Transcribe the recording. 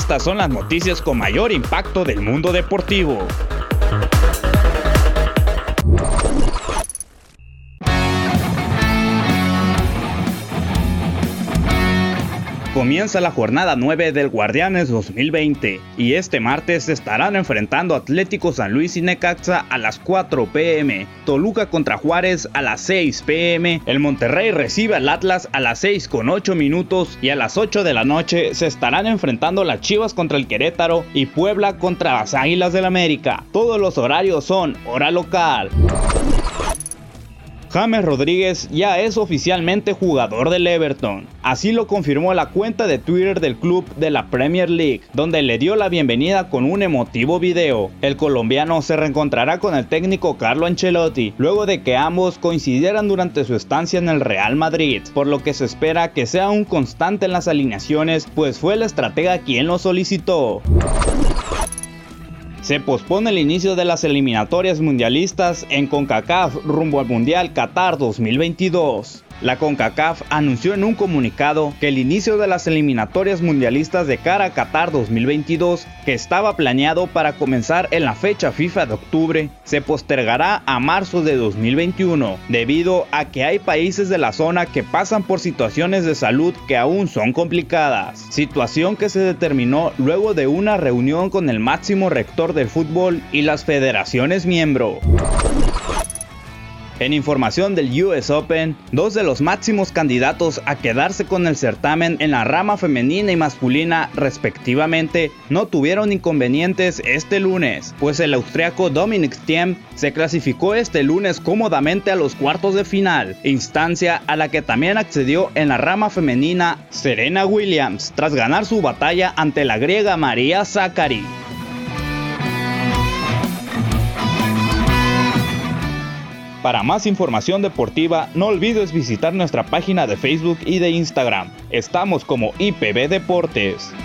estas son las noticias con mayor impacto del mundo deportivo. Comienza la jornada 9 del Guardianes 2020 y este martes se estarán enfrentando Atlético San Luis y Necaxa a las 4 p.m, Toluca contra Juárez a las 6 p.m, el Monterrey recibe al Atlas a las 6:08 y a las 8 de la noche se estarán enfrentando las Chivas contra el Querétaro y Puebla contra las Águilas del América. Todos los horarios son hora local. James Rodríguez ya es oficialmente jugador del Everton. Así lo confirmó la cuenta de Twitter del club de la Premier League, donde le dio la bienvenida con un emotivo video. El colombiano se reencontrará con el técnico Carlo Ancelotti, luego de que ambos coincidieran durante su estancia en el Real Madrid, por lo que se espera que sea un constante en las alineaciones, pues fue el estratega quien lo solicitó. Se pospone el inicio de las eliminatorias mundialistas en CONCACAF rumbo al Mundial Qatar 2022. La CONCACAF anunció en un comunicado que el inicio de las eliminatorias mundialistas de cara a Qatar 2022, que estaba planeado para comenzar en la fecha FIFA de octubre, se postergará a marzo de 2021, debido a que hay países de la zona que pasan por situaciones de salud que aún son complicadas, situación que se determinó luego de una reunión con el máximo rector del fútbol y las federaciones miembro. En información del US Open, dos de los máximos candidatos a quedarse con el certamen en la rama femenina y masculina respectivamente no tuvieron inconvenientes este lunes, pues el austriaco Dominic Thiem se clasificó este lunes cómodamente a los cuartos de final, instancia a la que también accedió en la rama femenina Serena Williams, tras ganar su batalla ante la griega María Sakkari. Para más información deportiva, no olvides visitar nuestra página de Facebook y de Instagram. Estamos como IPB Deportes.